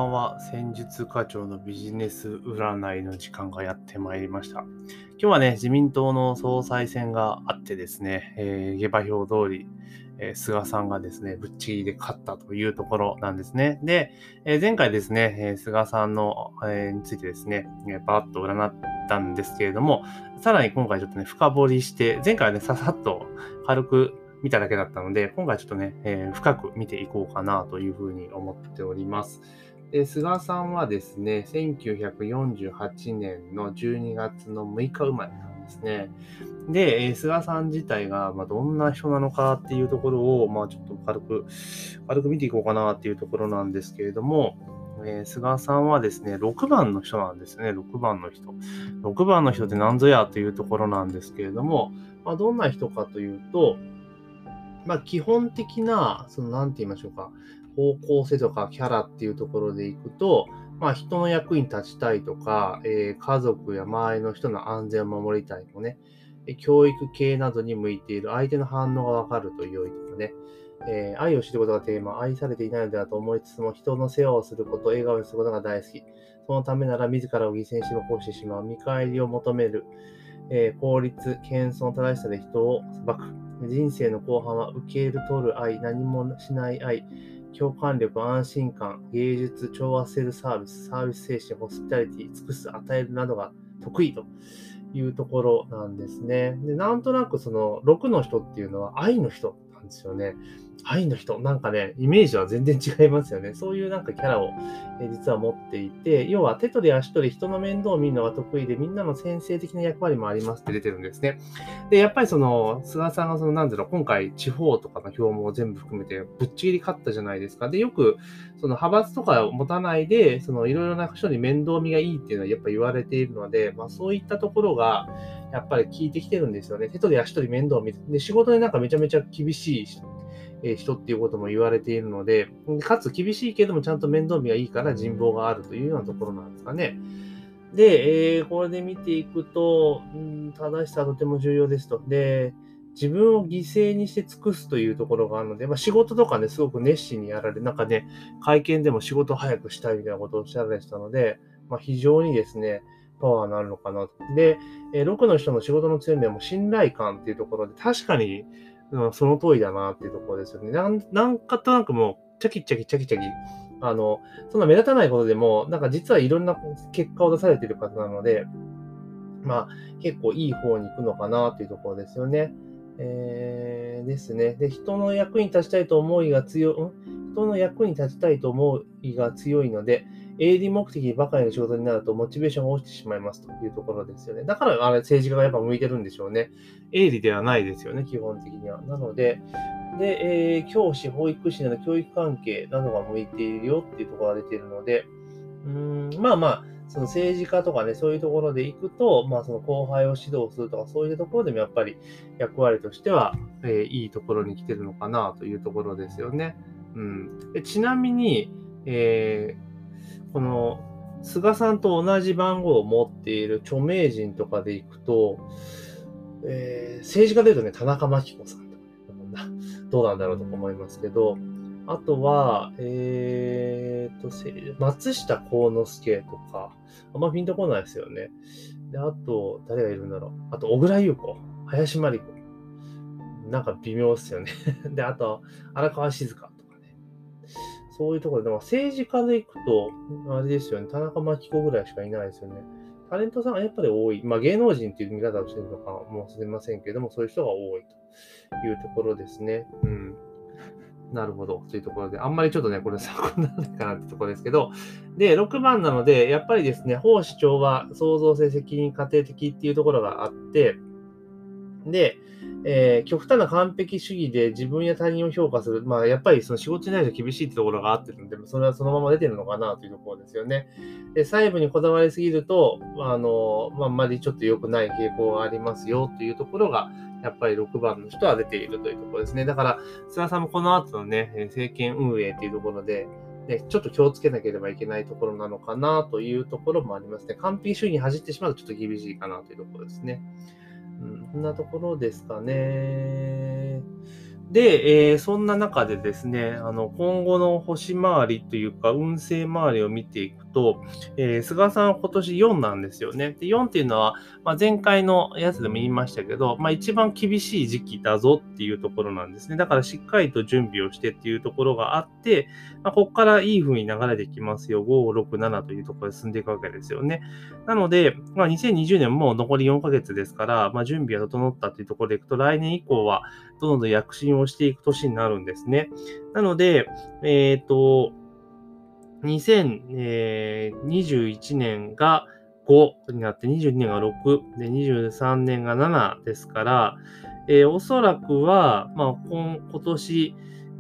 ばんは。戦術課長のビジネス占いの時間がやってまいりました。今日はね、自民党の総裁選があってですね、下馬評通り、菅さんがですね、ぶっちぎりで勝ったというところなんですね。で、前回ですね、菅さんの、についてですね、バーッと占ったんですけれども、さらに今回ちょっとね、深掘りして、前回はね、ささっと軽く見ただけだったので、今回ちょっとね、深く見ていこうかなというふうに思っております。で、菅さんはですね、1948年の12月の6日生まれなんですね。で、菅さん自体が、どんな人なのかっていうところを、ちょっと軽く見ていこうかなっていうところなんですけれども、菅さんはですね、6番の人なんですね、6番の人。6番の人って何ぞやというところなんですけれども、どんな人かというと、基本的な、なんて言いましょうか、方向性とかキャラっていうところでいくと、人の役に立ちたいとか、家族や周りの人の安全を守りたいとかね、教育系などに向いている相手の反応がわかると良いとかね、愛を知ることがテーマ、愛されていないのではと思いつつも、人の世話をすること、笑顔にすることが大好き。そのためなら自らを犠牲にしてもこうしてしまう。見返りを求める。効率、謙遜、正しさで人を裁く。人生の後半は受け入れ取る愛、何もしない愛、共感力、安心感、芸術、調和せるサービス、サービス精神、ホスピタリティ、尽くす、与えるなどが得意というところなんですね。で、なんとなくその6の人っていうのは愛の人なんですよね。愛の人。なんかね、イメージは全然違いますよね。そういうなんかキャラを、実は持っていて、要は手取り足取り人の面倒を見るのが得意で、みんなの先生的な役割もありますって出てるんですね。で、やっぱり菅さんが今回地方とかの票も全部含めてぶっちぎり勝ったじゃないですか。で、よく、派閥とかを持たないで、いろいろな人に面倒見がいいっていうのはやっぱ言われているので、そういったところが、やっぱり効いてきてるんですよね。手取り足取り面倒を見て、で、仕事になんかめちゃめちゃ厳しい人っていうことも言われているので、かつ厳しいけどもちゃんと面倒見がいいから人望があるというようなところなんですかね。で、これで見ていくと、正しさはとても重要ですと。で、自分を犠牲にして尽くすというところがあるので、仕事とかね、すごく熱心にやられ、なんかね、会見でも仕事早くしたいみたいなことをおっしゃられてたので、非常にですね、パワーになるのかなと。で、6の人の仕事の強みはもう信頼感っていうところで、確かに、その通りだなっていうところですよね。なんかとなくもう、チャキチャキチャキチャキ、そんな目立たないことでも、なんか実はいろんな結果を出されている方なので、結構いい方に行くのかなというところですよね。ですね。で、人の役に立ちたいと思いが強人の役に立ちたいと思いが強いので、営利目的ばかりの仕事になるとモチベーションが落ちてしまいますというところですよね。だから政治家がやっぱ向いてるんでしょうね。営利ではないですよね、基本的には。なので、教師、保育士など教育関係などが向いているよっていうところが出ているので、その政治家とかね、そういうところで行くと、その後輩を指導するとか、そういうところでもやっぱり役割としては、いいところに来てるのかなというところですよね。でちなみに、この菅さんと同じ番号を持っている著名人とかで行くと、政治家で言うとね、田中真紀子さんとかね、どうなんだろうと思いますけど、あとは、松下幸之助とか、あんまピンとこないですよね。で、あと、誰がいるんだろう。あと、小倉優子、林真理子。なんか微妙っすよね。で、あと、荒川静香とかね。そういうところで、政治家で行くと、あれですよね、田中真紀子ぐらいしかいないですよね。タレントさんがやっぱり多い。芸能人っていう見方をしてるのかもしれませんけども、そういう人が多いというところですね。なるほど。というところで、あんまりちょっとね、これ参考にならないかなってところですけど、で、6番なので、やっぱりですね、法主張は創造性、責任、家庭的っていうところがあって、で、極端な完璧主義で自分や他人を評価する。やっぱりその仕事に対して厳しいってところがあってるので、それはそのまま出てるのかなというところですよね。で、細部にこだわりすぎると、あんまりちょっと良くない傾向がありますよというところが、やっぱり6番の人は出ているというところですね。だから、菅さんもこの後のね、政権運営というところで、ちょっと気をつけなければいけないところなのかなというところもありますね。完璧主義に走ってしまうとちょっと厳しいかなというところですね。こんなところですかね。 で、そんな中でですね、今後の星回りというか、運勢回りを見ていくと、菅さんは今年4なんですよね。で、4っていうのは、前回のやつでも言いましたけど、一番厳しい時期だぞっていうところなんですね。だからしっかりと準備をしてっていうところがあって、ここからいい風に流れていきますよ。5、6、7というところで進んでいくわけですよね。なので、2020年も残り4ヶ月ですから、準備が整ったというところでいくと、来年以降はどんどん躍進をしていく年になるんですね。なので、2021年が5になって、22年が6、で、23年が7ですから、おそらくは、今年、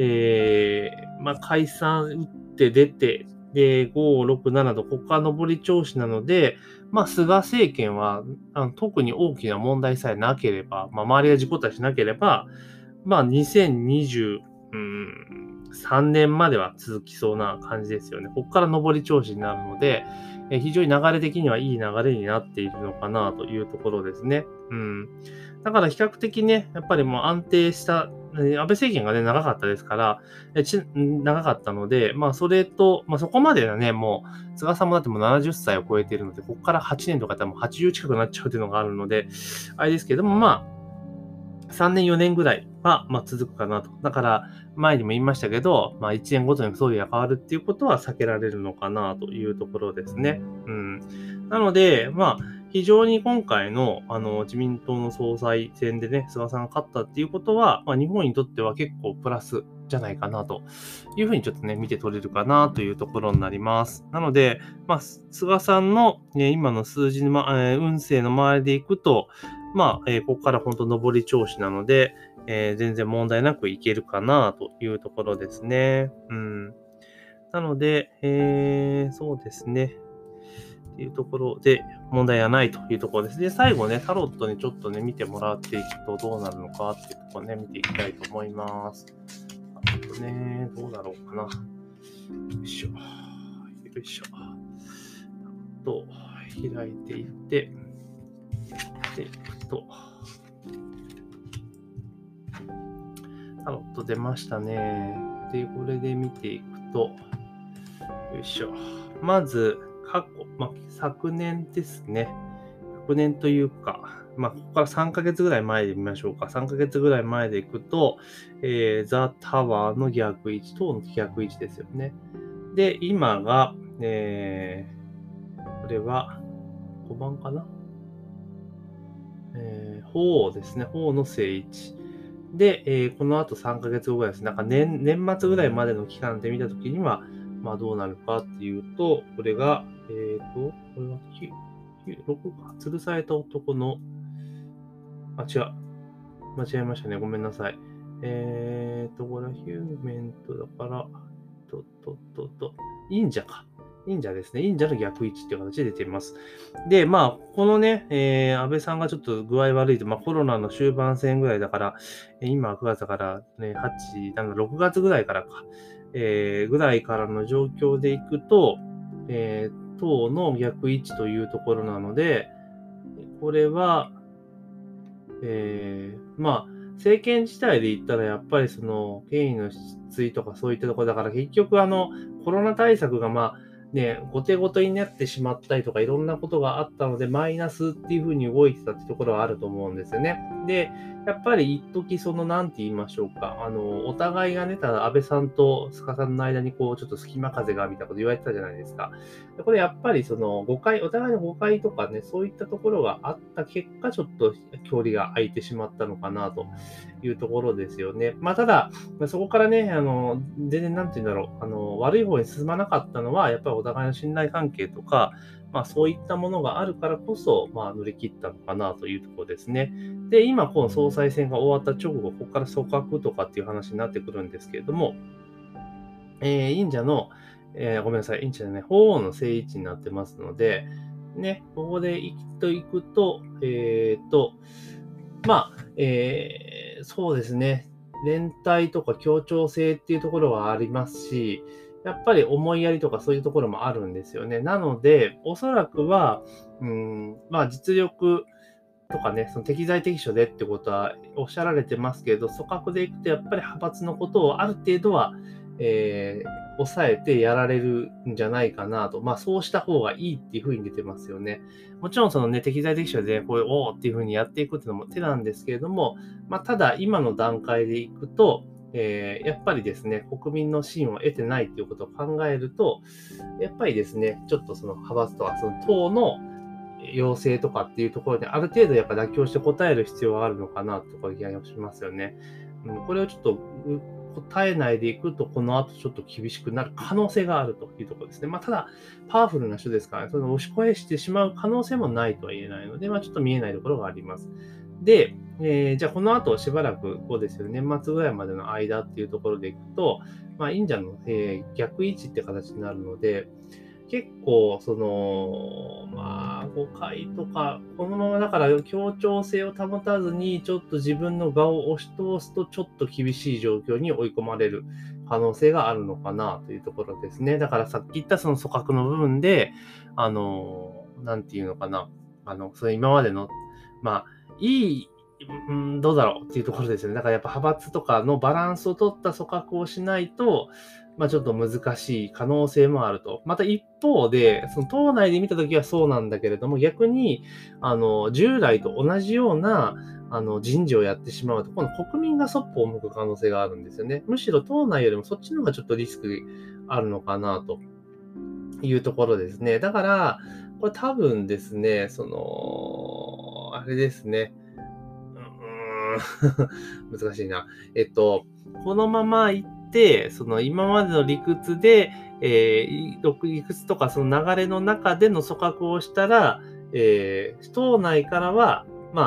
解散打って出て、で、5、6、7と、ここから上り調子なので、菅政権は、特に大きな問題さえなければ、周りが事故ったりしなければ、2023年までは続きそうな感じですよね。ここから上り調子になるので、非常に流れ的にはいい流れになっているのかなというところですね。だから比較的ね、やっぱりもう安定した、安倍政権がね、長かったですから、長かったので、それと、そこまではね、もう、菅さんもだってもう70歳を超えているので、ここから8年とかだったらもう80近くなっちゃうというのがあるので、あれですけども、3年、4年ぐらいは、続くかなと。だから、前にも言いましたけど、1年ごとに総理が変わるっていうことは避けられるのかなというところですね。なので、非常に今回の、自民党の総裁選でね、菅さんが勝ったっていうことは、日本にとっては結構プラスじゃないかなというふうにちょっとね、見て取れるかなというところになります。なので、菅さんの、今の数字の、運勢の周りでいくと、ここから本当上り調子なので、全然問題なくいけるかなというところですね。なので、そうですね。っていうところで、問題はないというところです。で、最後ね、タロットにちょっとね、見てもらっていくとどうなるのかっていうところね、見ていきたいと思います。どうだろうかな。よいしょ。よいしょ。と、開いていって、で、タロット出ましたね。で、これで見ていくと、よいしょ。まず、過去、昨年ですね。昨年というか、ここから3ヶ月ぐらい前で見ましょうか。3ヶ月ぐらい前でいくと、ザ・タワーの逆位置との逆位置ですよね。で、今が、これは5番かな。鳳凰ですね。鳳凰の正位置。で、この後3ヶ月後ぐらいです。年末ぐらいまでの期間で見たときには、どうなるかっていうと、これが、これは6か。吊るされた男の、違う。間違えましたね。ごめんなさい。これはヒューメントだから、忍者か。忍者ですね。忍者の逆位置っていう形で出ています。で、このね、安倍さんがちょっと具合悪いと、コロナの終盤戦ぐらいだから、今9月だからね、8、6月ぐらいからか、ぐらいからの状況でいくと、党の逆位置というところなので、これは、政権自体で言ったらやっぱりその権威の失墜とかそういったところだから結局コロナ対策が後手後手になってしまったりとかいろんなことがあったのでマイナスっていう風に動いてたってところはあると思うんですよね。で、やっぱり一時なんて言いましょうか。お互いがね、ただ安倍さんと菅さんの間にちょっと隙間風がみたいなこと言われてたじゃないですか。でこれやっぱりお互いの誤解とかね、そういったところがあった結果、ちょっと距離が空いてしまったのかなというところですよね。ただ、そこからね、全然なんて言うんだろう、悪い方に進まなかったのは、やっぱりお互いの信頼関係とか、そういったものがあるからこそ、乗り切ったのかなというところですね。で、今、この総裁選が終わった直後、ここから組閣とかっていう話になってくるんですけれども、忍者の、ごめんなさい、忍者じゃない、鳳凰の正位置になってますので、ね、ここでいくと、そうですね、連帯とか協調性っていうところはありますし、やっぱり思いやりとかそういうところもあるんですよね。なので、おそらくは、実力とかね、その適材適所でってことはおっしゃられてますけど、組閣でいくとやっぱり派閥のことをある程度は、抑えてやられるんじゃないかなと。そうした方がいいっていうふうに出てますよね。もちろんそのね、適材適所でこういう、おーっていうふうにやっていくっていうのも手なんですけれども、ただ今の段階でいくと、やっぱりですね、国民の信を得てないということを考えると、やっぱりですね、ちょっとその派閥とか、その党の要請とかっていうところで、ある程度やっぱ妥協して答える必要があるのかなという気がしますよね。これをちょっと答えないでいくと、この後ちょっと厳しくなる可能性があるというところですね。ただ、パワフルな人ですからね、その押し越してしまう可能性もないとは言えないので、ちょっと見えないところがあります。で、じゃあこの後しばらく後ですよね、年末ぐらいまでの間っていうところでいくと、忍者の、逆位置って形になるので、結構、誤解とか、このままだから協調性を保たずに、ちょっと自分の側を押し通すと、ちょっと厳しい状況に追い込まれる可能性があるのかなというところですね。だからさっき言ったその組閣の部分で、なんていうのかな、それ今までの、いい、どうだろうっていうところですよね。だからやっぱ派閥とかのバランスを取った組閣をしないと、ちょっと難しい可能性もあると。また一方で、その党内で見たときはそうなんだけれども、逆に、従来と同じような、人事をやってしまうと、今度国民がそっぽを向く可能性があるんですよね。むしろ党内よりもそっちの方がちょっとリスクあるのかなというところですね。だから、これ多分ですね、あれですね。難しいな。このまま行って、その今までの理屈で、理屈とかその流れの中での組閣をしたら、党内からは、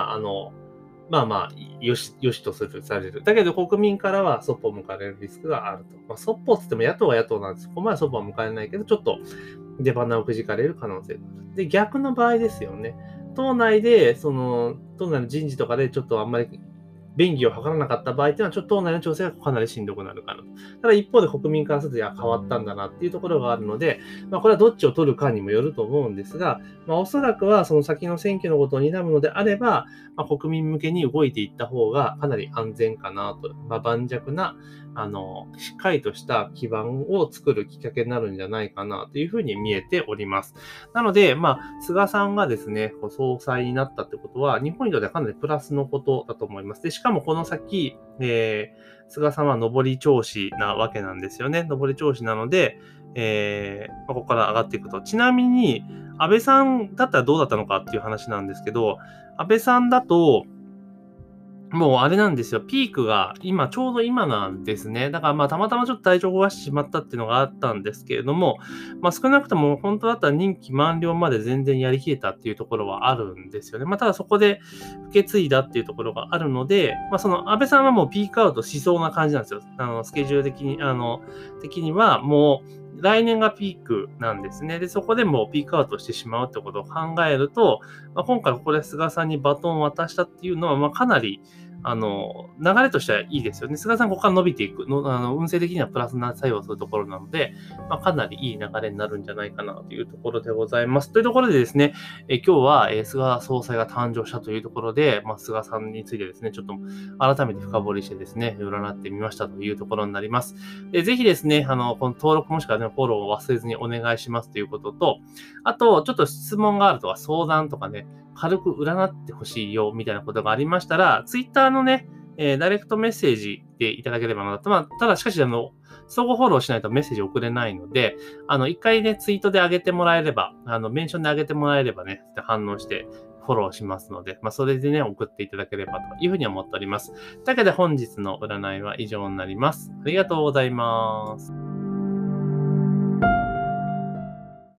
よしとされる。だけど国民からはそっぽを向かれるリスクがあると。そっぽって言っても野党は野党なんです。ここまでそっぽは向かれないけど、ちょっと出花をくじかれる可能性がある。で、逆の場合ですよね。党内で、党内の人事とかでちょっとあんまり便宜を図らなかった場合っていうのは、ちょっと党内の調整がかなりしんどくなるかなと。ただ一方で国民からすると、いや、変わったんだなっていうところがあるので、これはどっちを取るかにもよると思うんですが、おそらくはその先の選挙のことを担うのであれば、国民向けに動いていった方がかなり安全かなと。盤石な、しっかりとした基盤を作るきっかけになるんじゃないかなというふうに見えております。なので、菅さんがですね、総裁になったってことは、日本にとってはかなりプラスのことだと思います。で、しかもこの先、菅さんは上り調子なわけなんですよね。上り調子なので、ここから上がっていくと。ちなみに、安倍さんだったらどうだったのかっていう話なんですけど、安倍さんだと、もうあれなんですよ。ピークがちょうど今なんですね。だからたまたまちょっと体調を壊してしまったっていうのがあったんですけれども、少なくとも本当だったら任期満了まで全然やりきれたっていうところはあるんですよね。ただそこで受け継いだっていうところがあるので、その安倍さんはもうピークアウトしそうな感じなんですよ。スケジュール的にはもう来年がピークなんですね。で、そこでもうピークアウトしてしまうってことを考えると、今回ここで菅さんにバトンを渡したっていうのは、かなり、流れとしてはいいですよね。菅さんここから伸びていくの、運勢的にはプラスな作用するところなので、かなりいい流れになるんじゃないかなというところでございます。というところでですね、今日は、菅総裁が誕生したというところで、菅さんについてですね、ちょっと改めて深掘りしてですね、占ってみましたというところになります。ぜひですね、この登録もしくはね、フォローを忘れずにお願いしますということと、あと、ちょっと質問があるとか、相談とかね、軽く占ってほしいよ、みたいなことがありましたら、ツイッターのね、ダイレクトメッセージでいただければなと。ただしかし、相互フォローしないとメッセージ送れないので、一回ね、ツイートで上げてもらえれば、メンションで上げてもらえればね、反応してフォローしますので、それでね、送っていただければというふうに思っております。というわけで本日の占いは以上になります。ありがとうございます。